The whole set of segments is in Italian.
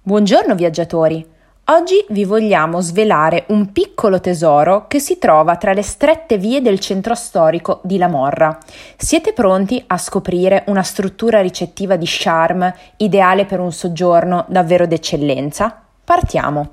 Buongiorno viaggiatori! Oggi vi vogliamo svelare un piccolo tesoro che si trova tra le strette vie del centro storico di La Morra. Siete pronti a scoprire una struttura ricettiva di charme ideale per un soggiorno davvero d'eccellenza? Partiamo!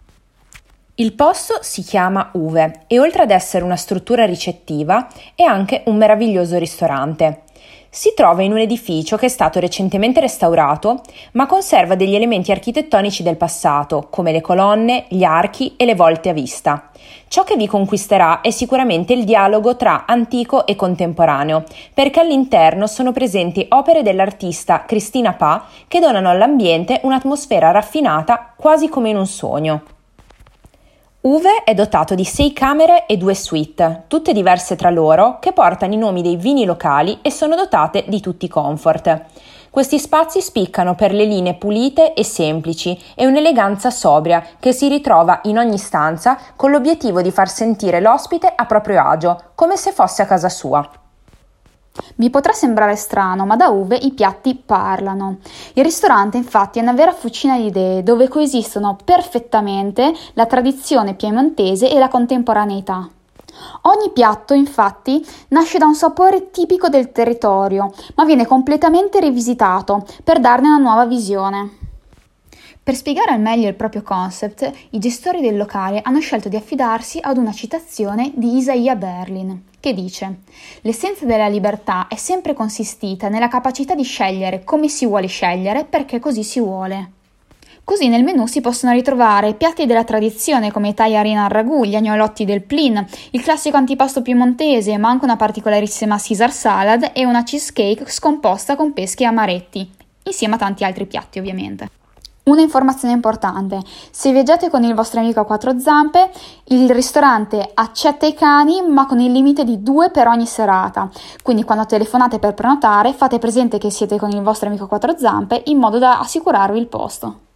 Il posto si chiama Uve e oltre ad essere una struttura ricettiva è anche un meraviglioso ristorante. Si trova in un edificio che è stato recentemente restaurato, ma conserva degli elementi architettonici del passato, come le colonne, gli archi e le volte a vista. Ciò che vi conquisterà è sicuramente il dialogo tra antico e contemporaneo, perché all'interno sono presenti opere dell'artista Cristina Pa che donano all'ambiente un'atmosfera raffinata quasi come in un sogno. Uve è dotato di 6 camere e 2 suite, tutte diverse tra loro, che portano i nomi dei vini locali e sono dotate di tutti i comfort. Questi spazi spiccano per le linee pulite e semplici e un'eleganza sobria che si ritrova in ogni stanza con l'obiettivo di far sentire l'ospite a proprio agio, come se fosse a casa sua. Vi potrà sembrare strano, ma da Uve i piatti parlano. Il ristorante infatti è una vera fucina di idee dove coesistono perfettamente la tradizione piemontese e la contemporaneità. Ogni piatto infatti nasce da un sapore tipico del territorio, ma viene completamente rivisitato per darne una nuova visione. Per spiegare al meglio il proprio concept, i gestori del locale hanno scelto di affidarsi ad una citazione di Isaiah Berlin, che dice: «L'essenza della libertà è sempre consistita nella capacità di scegliere come si vuole scegliere perché così si vuole». Così nel menù si possono ritrovare piatti della tradizione come i tagliarini al ragù, gli agnolotti del Plin, il classico antipasto piemontese, ma anche una particolarissima Caesar salad e una cheesecake scomposta con pesche e amaretti, insieme a tanti altri piatti ovviamente. Una informazione importante: se viaggiate con il vostro amico a 4 zampe, il ristorante accetta i cani ma con il limite di 2 per ogni serata, quindi quando telefonate per prenotare fate presente che siete con il vostro amico a 4 zampe in modo da assicurarvi il posto.